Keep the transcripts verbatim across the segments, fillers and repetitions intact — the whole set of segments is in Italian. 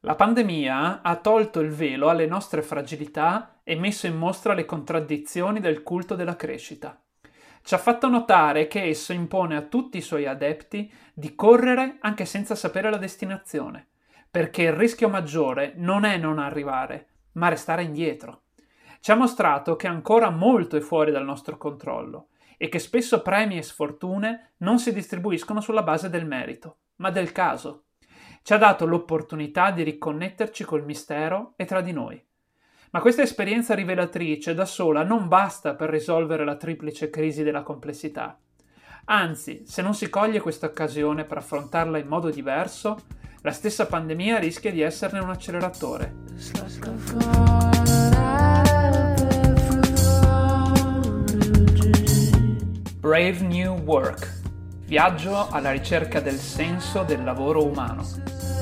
La pandemia ha tolto il velo alle nostre fragilità e messo in mostra le contraddizioni del culto della crescita. Ci ha fatto notare che esso impone a tutti i suoi adepti di correre anche senza sapere la destinazione, perché il rischio maggiore non è non arrivare, ma restare indietro. Ci ha mostrato che ancora molto è fuori dal nostro controllo e che spesso premi e sfortune non si distribuiscono sulla base del merito, ma del caso. Ci ha dato l'opportunità di riconnetterci col mistero e tra di noi. Ma questa esperienza rivelatrice da sola non basta per risolvere la triplice crisi della complessità. Anzi, se non si coglie questa occasione per affrontarla in modo diverso, la stessa pandemia rischia di esserne un acceleratore. Brave New Work. Viaggio alla ricerca del senso del lavoro umano.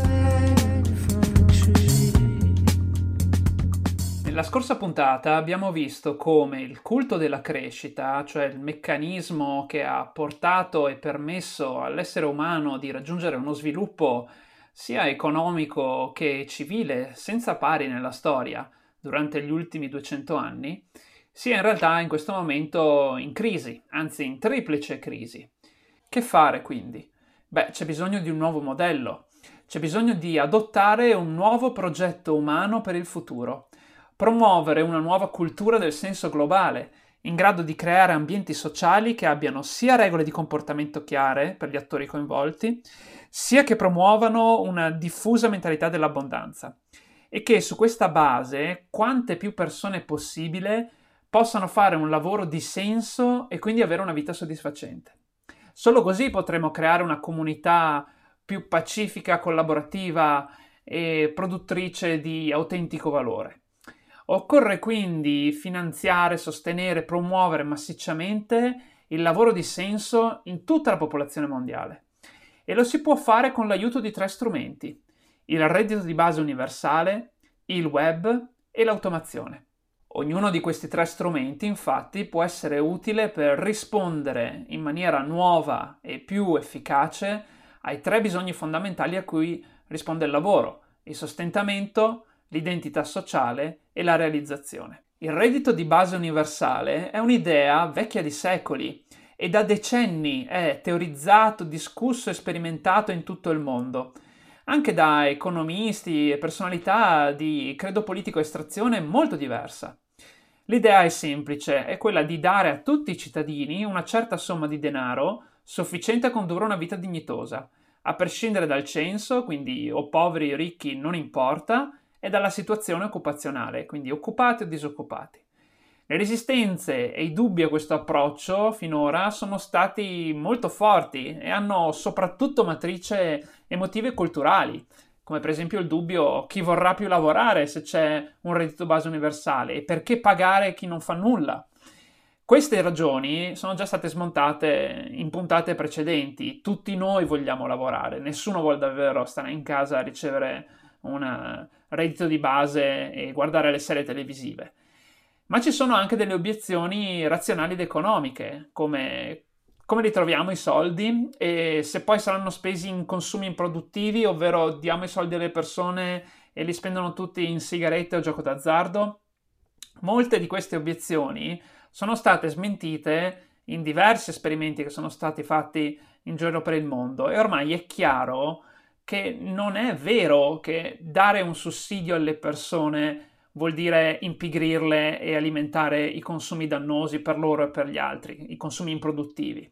Nella scorsa puntata abbiamo visto come il culto della crescita, cioè il meccanismo che ha portato e permesso all'essere umano di raggiungere uno sviluppo sia economico che civile senza pari nella storia durante gli ultimi duecento anni, sia in realtà in questo momento in crisi, anzi in triplice crisi. Che fare quindi? Beh, c'è bisogno di un nuovo modello, c'è bisogno di adottare un nuovo progetto umano per il futuro. Promuovere una nuova cultura del senso globale, in grado di creare ambienti sociali che abbiano sia regole di comportamento chiare per gli attori coinvolti, sia che promuovano una diffusa mentalità dell'abbondanza e che su questa base quante più persone possibile possano fare un lavoro di senso e quindi avere una vita soddisfacente. Solo così potremo creare una comunità più pacifica, collaborativa e produttrice di autentico valore. Occorre quindi finanziare, sostenere, promuovere massicciamente il lavoro di senso in tutta la popolazione mondiale. E lo si può fare con l'aiuto di tre strumenti: il reddito di base universale, il web e l'automazione. Ognuno di questi tre strumenti, infatti, può essere utile per rispondere in maniera nuova e più efficace ai tre bisogni fondamentali a cui risponde il lavoro: il sostentamento, l'identità sociale e la realizzazione. Il reddito di base universale è un'idea vecchia di secoli e da decenni è teorizzato, discusso e sperimentato in tutto il mondo, anche da economisti e personalità di credo politico estrazione molto diversa. L'idea è semplice, è quella di dare a tutti i cittadini una certa somma di denaro sufficiente a condurre una vita dignitosa, a prescindere dal censo, quindi o poveri o ricchi non importa, e dalla situazione occupazionale, quindi occupati o disoccupati. Le resistenze e i dubbi a questo approccio finora sono stati molto forti e hanno soprattutto matrice emotive e culturali, come per esempio il dubbio: chi vorrà più lavorare se c'è un reddito base universale e perché pagare chi non fa nulla? Queste ragioni sono già state smontate in puntate precedenti. Tutti noi vogliamo lavorare, nessuno vuole davvero stare in casa a ricevere un reddito di base e guardare le serie televisive. Ma ci sono anche delle obiezioni razionali ed economiche, come come li troviamo i soldi e se poi saranno spesi in consumi improduttivi, ovvero diamo i soldi alle persone e li spendono tutti in sigarette o gioco d'azzardo. Molte di queste obiezioni sono state smentite in diversi esperimenti che sono stati fatti in giro per il mondo e ormai è chiaro che non è vero che dare un sussidio alle persone vuol dire impigrirle e alimentare i consumi dannosi per loro e per gli altri, i consumi improduttivi.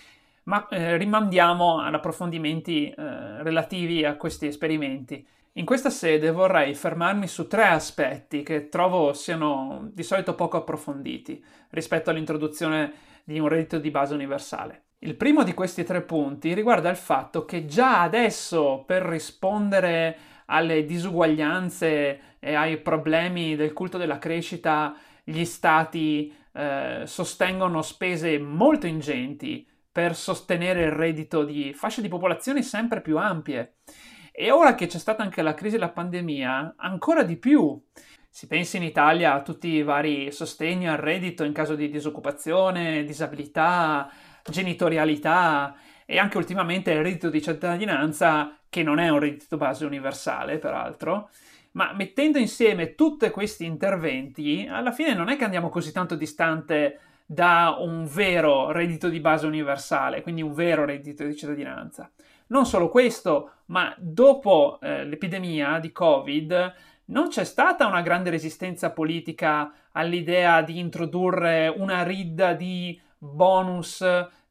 Ma eh, rimandiamo ad approfondimenti eh, relativi a questi esperimenti. In questa sede vorrei fermarmi su tre aspetti che trovo siano di solito poco approfonditi rispetto all'introduzione di un reddito di base universale. Il primo di questi tre punti riguarda il fatto che già adesso, per rispondere alle disuguaglianze e ai problemi del culto della crescita, gli stati eh, sostengono spese molto ingenti per sostenere il reddito di fasce di popolazione sempre più ampie. E ora che c'è stata anche la crisi della pandemia, ancora di più. Si pensi in Italia a tutti i vari sostegni al reddito in caso di disoccupazione, disabilità, genitorialità. e anche ultimamente il reddito di cittadinanza, che non è un reddito base universale, peraltro. Ma mettendo insieme tutti questi interventi, alla fine non è che andiamo così tanto distante da un vero reddito di base universale, quindi un vero reddito di cittadinanza. Non solo questo, ma dopo eh, l'epidemia di Covid non c'è stata una grande resistenza politica all'idea di introdurre una ridda di bonus,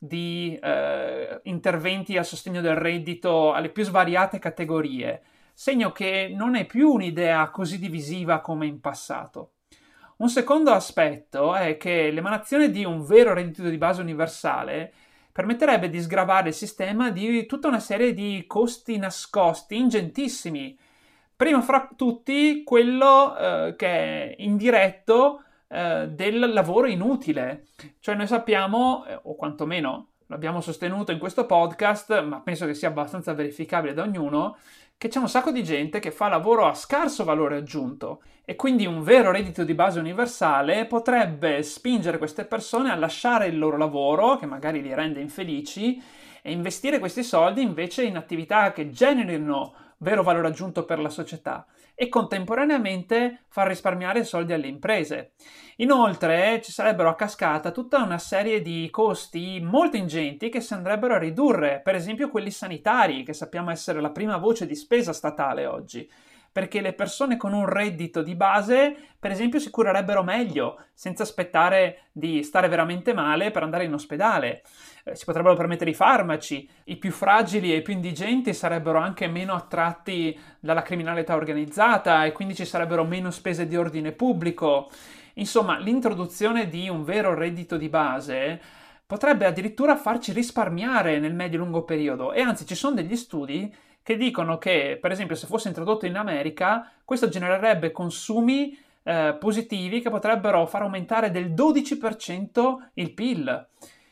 di eh, interventi a sostegno del reddito alle più svariate categorie, segno che non è più un'idea così divisiva come in passato. Un secondo aspetto è che l'emanazione di un vero reddito di base universale permetterebbe di sgravare il sistema di tutta una serie di costi nascosti ingentissimi. Prima fra tutti quello eh, che è indiretto eh, del lavoro inutile. Cioè noi sappiamo, eh, o quantomeno l'abbiamo sostenuto in questo podcast, ma penso che sia abbastanza verificabile da ognuno, che c'è un sacco di gente che fa lavoro a scarso valore aggiunto e quindi un vero reddito di base universale potrebbe spingere queste persone a lasciare il loro lavoro, che magari li rende infelici, e investire questi soldi invece in attività che generino vero valore aggiunto per la società e contemporaneamente far risparmiare soldi alle imprese. Inoltre ci sarebbero a cascata tutta una serie di costi molto ingenti che si andrebbero a ridurre, per esempio quelli sanitari, che sappiamo essere la prima voce di spesa statale oggi, perché le persone con un reddito di base, per esempio, si curerebbero meglio, senza aspettare di stare veramente male per andare in ospedale. Eh, si potrebbero permettere i farmaci, i più fragili e i più indigenti sarebbero anche meno attratti dalla criminalità organizzata e quindi ci sarebbero meno spese di ordine pubblico. Insomma, l'introduzione di un vero reddito di base potrebbe addirittura farci risparmiare nel medio-lungo periodo e anzi ci sono degli studi che dicono che, per esempio, se fosse introdotto in America, questo genererebbe consumi eh, positivi che potrebbero far aumentare del dodici per cento il P I L.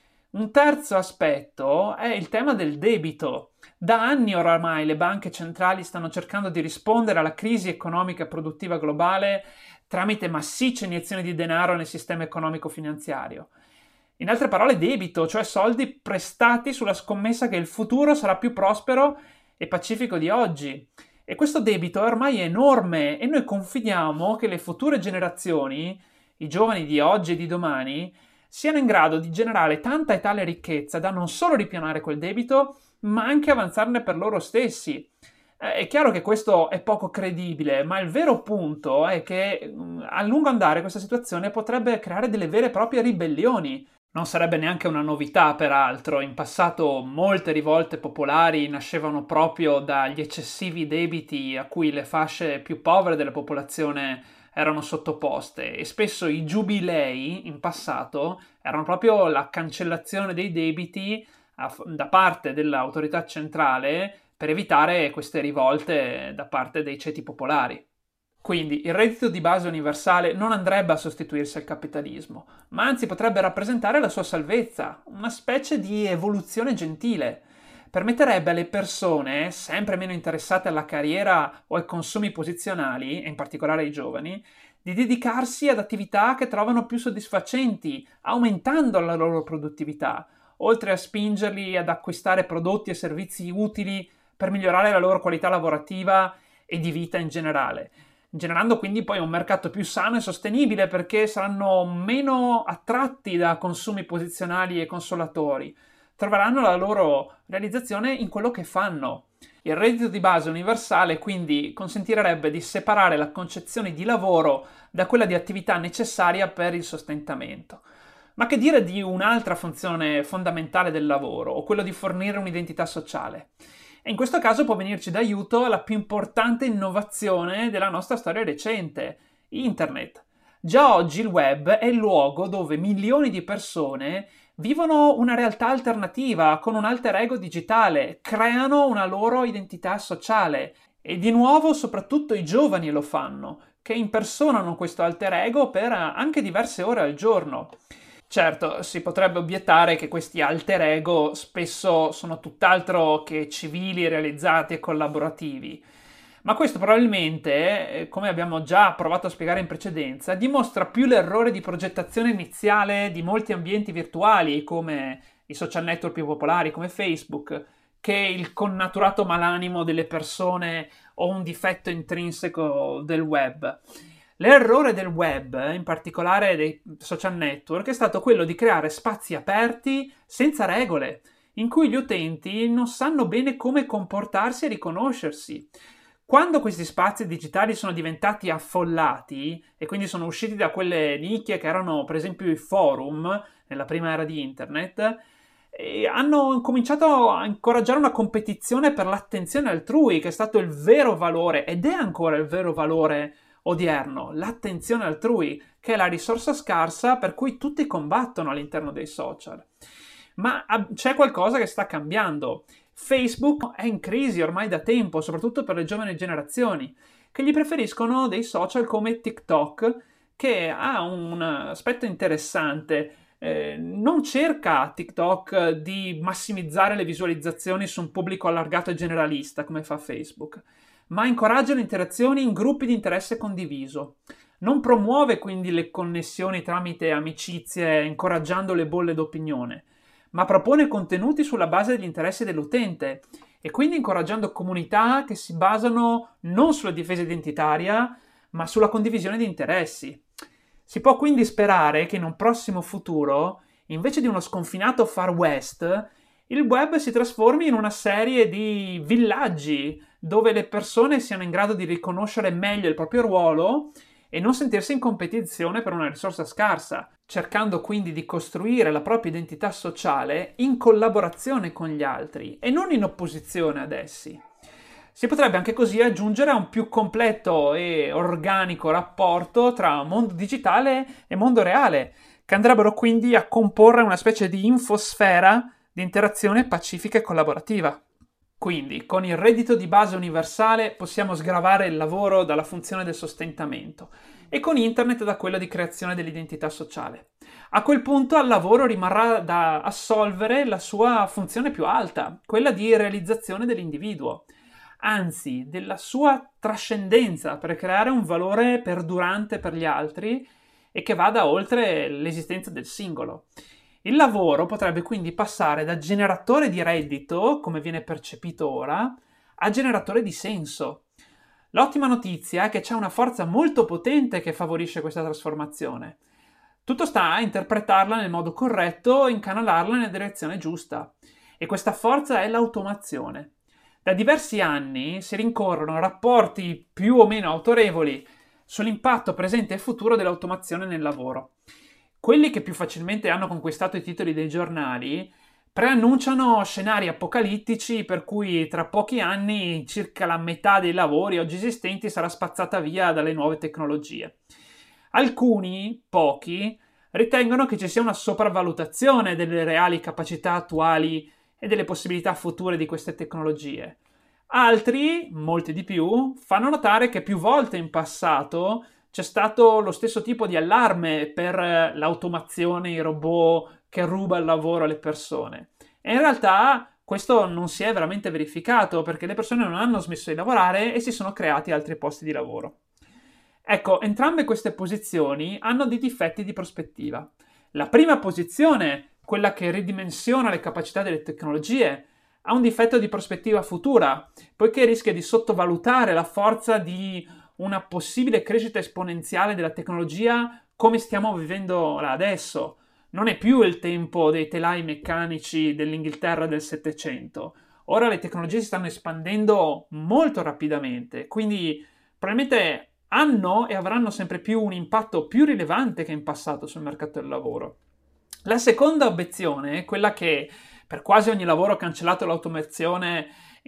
Un terzo aspetto è il tema del debito. Da anni oramai le banche centrali stanno cercando di rispondere alla crisi economica e produttiva globale tramite massicce iniezioni di denaro nel sistema economico-finanziario. In altre parole, debito, cioè soldi prestati sulla scommessa che il futuro sarà più prospero e pacifico di oggi. E questo debito è ormai enorme e noi confidiamo che le future generazioni, i giovani di oggi e di domani, siano in grado di generare tanta e tale ricchezza da non solo ripianare quel debito, ma anche avanzarne per loro stessi. È chiaro che questo è poco credibile, ma il vero punto è che a lungo andare questa situazione potrebbe creare delle vere e proprie ribellioni. Non sarebbe neanche una novità, peraltro. In passato molte rivolte popolari nascevano proprio dagli eccessivi debiti a cui le fasce più povere della popolazione erano sottoposte e spesso i giubilei in passato erano proprio la cancellazione dei debiti a, da parte dell'autorità centrale per evitare queste rivolte da parte dei ceti popolari. Quindi il reddito di base universale non andrebbe a sostituirsi al capitalismo, ma anzi potrebbe rappresentare la sua salvezza, una specie di evoluzione gentile. Permetterebbe alle persone, sempre meno interessate alla carriera o ai consumi posizionali, e in particolare ai giovani, di dedicarsi ad attività che trovano più soddisfacenti, aumentando la loro produttività, oltre a spingerli ad acquistare prodotti e servizi utili per migliorare la loro qualità lavorativa e di vita in generale, generando quindi poi un mercato più sano e sostenibile perché saranno meno attratti da consumi posizionali e consolatori, troveranno la loro realizzazione in quello che fanno. Il reddito di base universale quindi consentirebbe di separare la concezione di lavoro da quella di attività necessaria per il sostentamento. Ma che dire di un'altra funzione fondamentale del lavoro, o quello di fornire un'identità sociale? E in questo caso può venirci d'aiuto la più importante innovazione della nostra storia recente, Internet. Già oggi il web è il luogo dove milioni di persone vivono una realtà alternativa con un alter ego digitale, creano una loro identità sociale e di nuovo soprattutto i giovani lo fanno, che impersonano questo alter ego per anche diverse ore al giorno. Certo, si potrebbe obiettare che questi alter ego spesso sono tutt'altro che civili, realizzati e collaborativi, ma questo probabilmente, come abbiamo già provato a spiegare in precedenza, dimostra più l'errore di progettazione iniziale di molti ambienti virtuali come i social network più popolari come Facebook, che il connaturato malanimo delle persone o un difetto intrinseco del web. L'errore del web, in particolare dei social network, è stato quello di creare spazi aperti senza regole, in cui gli utenti non sanno bene come comportarsi e riconoscersi. Quando questi spazi digitali sono diventati affollati e quindi sono usciti da quelle nicchie che erano per esempio i forum nella prima era di internet, e hanno cominciato a incoraggiare una competizione per l'attenzione altrui, che è stato il vero valore ed è ancora il vero valore odierno, l'attenzione altrui, che è la risorsa scarsa per cui tutti combattono all'interno dei social. Ma c'è qualcosa che sta cambiando. Facebook è in crisi ormai da tempo, soprattutto per le giovani generazioni, che gli preferiscono dei social come TikTok, che ha un aspetto interessante. Eh, non cerca TikTok di massimizzare le visualizzazioni su un pubblico allargato e generalista, come fa Facebook, ma incoraggia le interazioni in gruppi di interesse condiviso. Non promuove quindi le connessioni tramite amicizie, incoraggiando le bolle d'opinione, ma propone contenuti sulla base degli interessi dell'utente e quindi incoraggiando comunità che si basano non sulla difesa identitaria, ma sulla condivisione di interessi. Si può quindi sperare che in un prossimo futuro, invece di uno sconfinato Far West, il web si trasformi in una serie di villaggi dove le persone siano in grado di riconoscere meglio il proprio ruolo e non sentirsi in competizione per una risorsa scarsa, cercando quindi di costruire la propria identità sociale in collaborazione con gli altri e non in opposizione ad essi. Si potrebbe anche così aggiungere a un più completo e organico rapporto tra mondo digitale e mondo reale, che andrebbero quindi a comporre una specie di infosfera di interazione pacifica e collaborativa. Quindi, con il reddito di base universale possiamo sgravare il lavoro dalla funzione del sostentamento e con internet da quella di creazione dell'identità sociale. A quel punto al lavoro rimarrà da assolvere la sua funzione più alta, quella di realizzazione dell'individuo, anzi della sua trascendenza per creare un valore perdurante per gli altri e che vada oltre l'esistenza del singolo. Il lavoro potrebbe quindi passare da generatore di reddito, come viene percepito ora, a generatore di senso. L'ottima notizia è che c'è una forza molto potente che favorisce questa trasformazione. Tutto sta a interpretarla nel modo corretto e incanalarla nella direzione giusta. E questa forza è l'automazione. Da diversi anni si rincorrono rapporti più o meno autorevoli sull'impatto presente e futuro dell'automazione nel lavoro. Quelli che più facilmente hanno conquistato i titoli dei giornali preannunciano scenari apocalittici per cui tra pochi anni circa la metà dei lavori oggi esistenti sarà spazzata via dalle nuove tecnologie. Alcuni, pochi, ritengono che ci sia una sopravvalutazione delle reali capacità attuali e delle possibilità future di queste tecnologie. Altri, molti di più, fanno notare che più volte in passato c'è stato lo stesso tipo di allarme per l'automazione, i robot che ruba il lavoro alle persone. E in realtà questo non si è veramente verificato perché le persone non hanno smesso di lavorare e si sono creati altri posti di lavoro. Ecco, entrambe queste posizioni hanno dei difetti di prospettiva. La prima posizione, quella che ridimensiona le capacità delle tecnologie, ha un difetto di prospettiva futura, poiché rischia di sottovalutare la forza di una possibile crescita esponenziale della tecnologia come stiamo vivendo adesso. Non è più il tempo dei telai meccanici dell'Inghilterra del Settecento. Ora le tecnologie si stanno espandendo molto rapidamente, quindi probabilmente hanno e avranno sempre più un impatto più rilevante che in passato sul mercato del lavoro. La seconda obiezione, quella che per quasi ogni lavoro cancellato l'automazione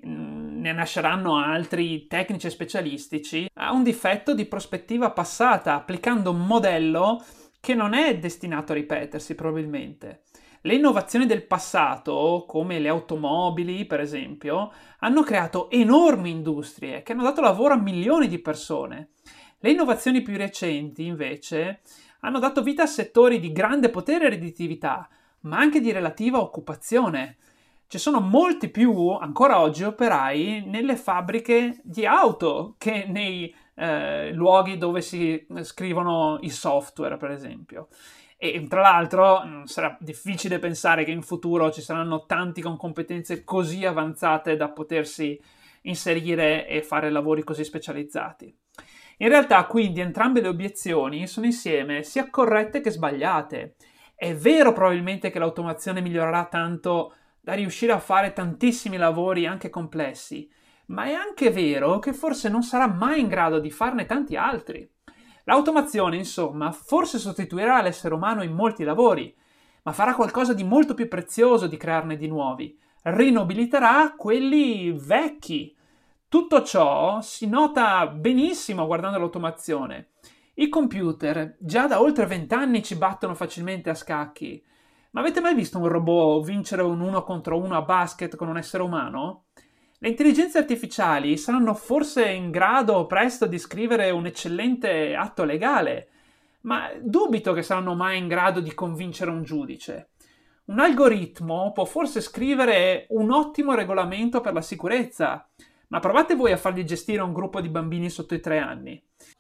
ne nasceranno altri tecnici e specialistici, ha un difetto di prospettiva passata, applicando un modello che non è destinato a ripetersi probabilmente. Le innovazioni del passato, come le automobili per esempio, hanno creato enormi industrie che hanno dato lavoro a milioni di persone. Le innovazioni più recenti, invece, hanno dato vita a settori di grande potere e redditività, ma anche di relativa occupazione. Ci sono molti più, ancora oggi, operai nelle fabbriche di auto che nei eh, luoghi dove si scrivono i software, per esempio. E tra l'altro sarà difficile pensare che in futuro ci saranno tanti con competenze così avanzate da potersi inserire e fare lavori così specializzati. In realtà, quindi, entrambe le obiezioni sono insieme sia corrette che sbagliate. È vero probabilmente che l'automazione migliorerà tanto da riuscire a fare tantissimi lavori anche complessi, ma è anche vero che forse non sarà mai in grado di farne tanti altri. L'automazione, insomma, forse sostituirà l'essere umano in molti lavori, ma farà qualcosa di molto più prezioso di crearne di nuovi. Rinobiliterà quelli vecchi. Tutto ciò si nota benissimo guardando l'automazione. I computer già da oltre vent'anni ci battono facilmente a scacchi. Ma avete mai visto un robot vincere un uno contro uno a basket con un essere umano? Le intelligenze artificiali saranno forse in grado presto di scrivere un eccellente atto legale, ma dubito che saranno mai in grado di convincere un giudice. Un algoritmo può forse scrivere un ottimo regolamento per la sicurezza, ma provate voi a fargli gestire un gruppo di bambini sotto i tre anni.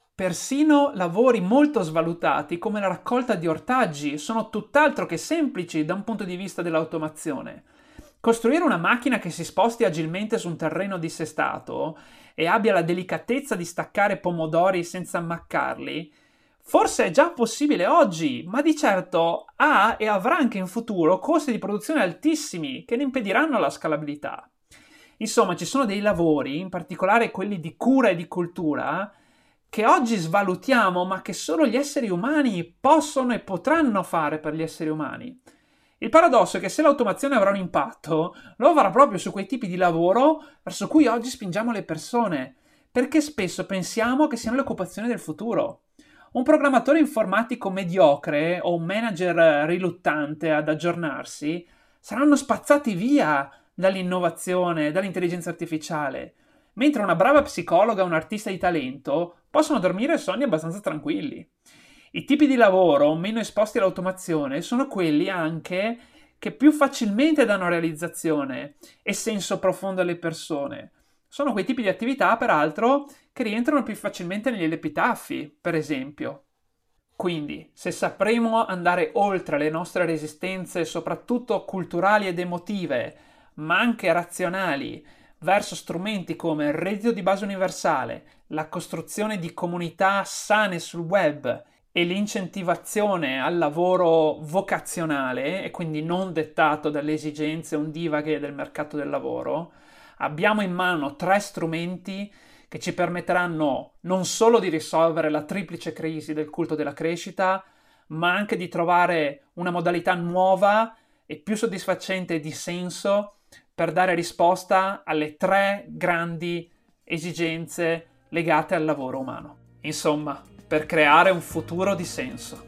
Persino lavori molto svalutati come la raccolta di ortaggi sono tutt'altro che semplici da un punto di vista dell'automazione. Costruire una macchina che si sposti agilmente su un terreno dissestato e abbia la delicatezza di staccare pomodori senza ammaccarli, forse è già possibile oggi, ma di certo ha e avrà anche in futuro costi di produzione altissimi che ne impediranno la scalabilità. Insomma, ci sono dei lavori, in particolare quelli di cura e di cultura, che oggi svalutiamo, ma che solo gli esseri umani possono e potranno fare per gli esseri umani. Il paradosso è che se l'automazione avrà un impatto, lo avrà proprio su quei tipi di lavoro verso cui oggi spingiamo le persone, perché spesso pensiamo che siano le occupazioni del futuro. Un programmatore informatico mediocre o un manager riluttante ad aggiornarsi saranno spazzati via dall'innovazione, dall'intelligenza artificiale, mentre una brava psicologa o un artista di talento possono dormire sonni abbastanza tranquilli. I tipi di lavoro meno esposti all'automazione sono quelli anche che più facilmente danno realizzazione e senso profondo alle persone. Sono quei tipi di attività, peraltro, che rientrano più facilmente negli epitaffi, per esempio. Quindi, se sapremo andare oltre le nostre resistenze, soprattutto culturali ed emotive, ma anche razionali, verso strumenti come il reddito di base universale, la costruzione di comunità sane sul web e l'incentivazione al lavoro vocazionale, e quindi non dettato dalle esigenze ondivaghe del mercato del lavoro, abbiamo in mano tre strumenti che ci permetteranno non solo di risolvere la triplice crisi del culto della crescita, ma anche di trovare una modalità nuova e più soddisfacente e di senso per dare risposta alle tre grandi esigenze legate al lavoro umano. Insomma, per creare un futuro di senso.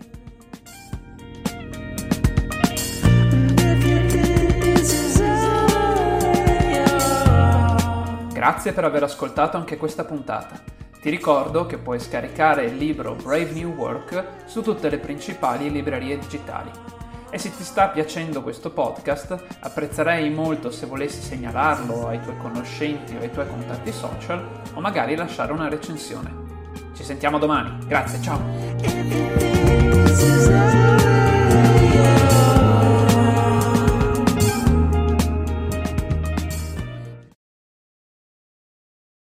Grazie per aver ascoltato anche questa puntata. Ti ricordo che puoi scaricare il libro Brave New Work su tutte le principali librerie digitali. E se ti sta piacendo questo podcast, apprezzerei molto se volessi segnalarlo ai tuoi conoscenti o ai tuoi contatti social o magari lasciare una recensione. Ci sentiamo domani. Grazie, ciao!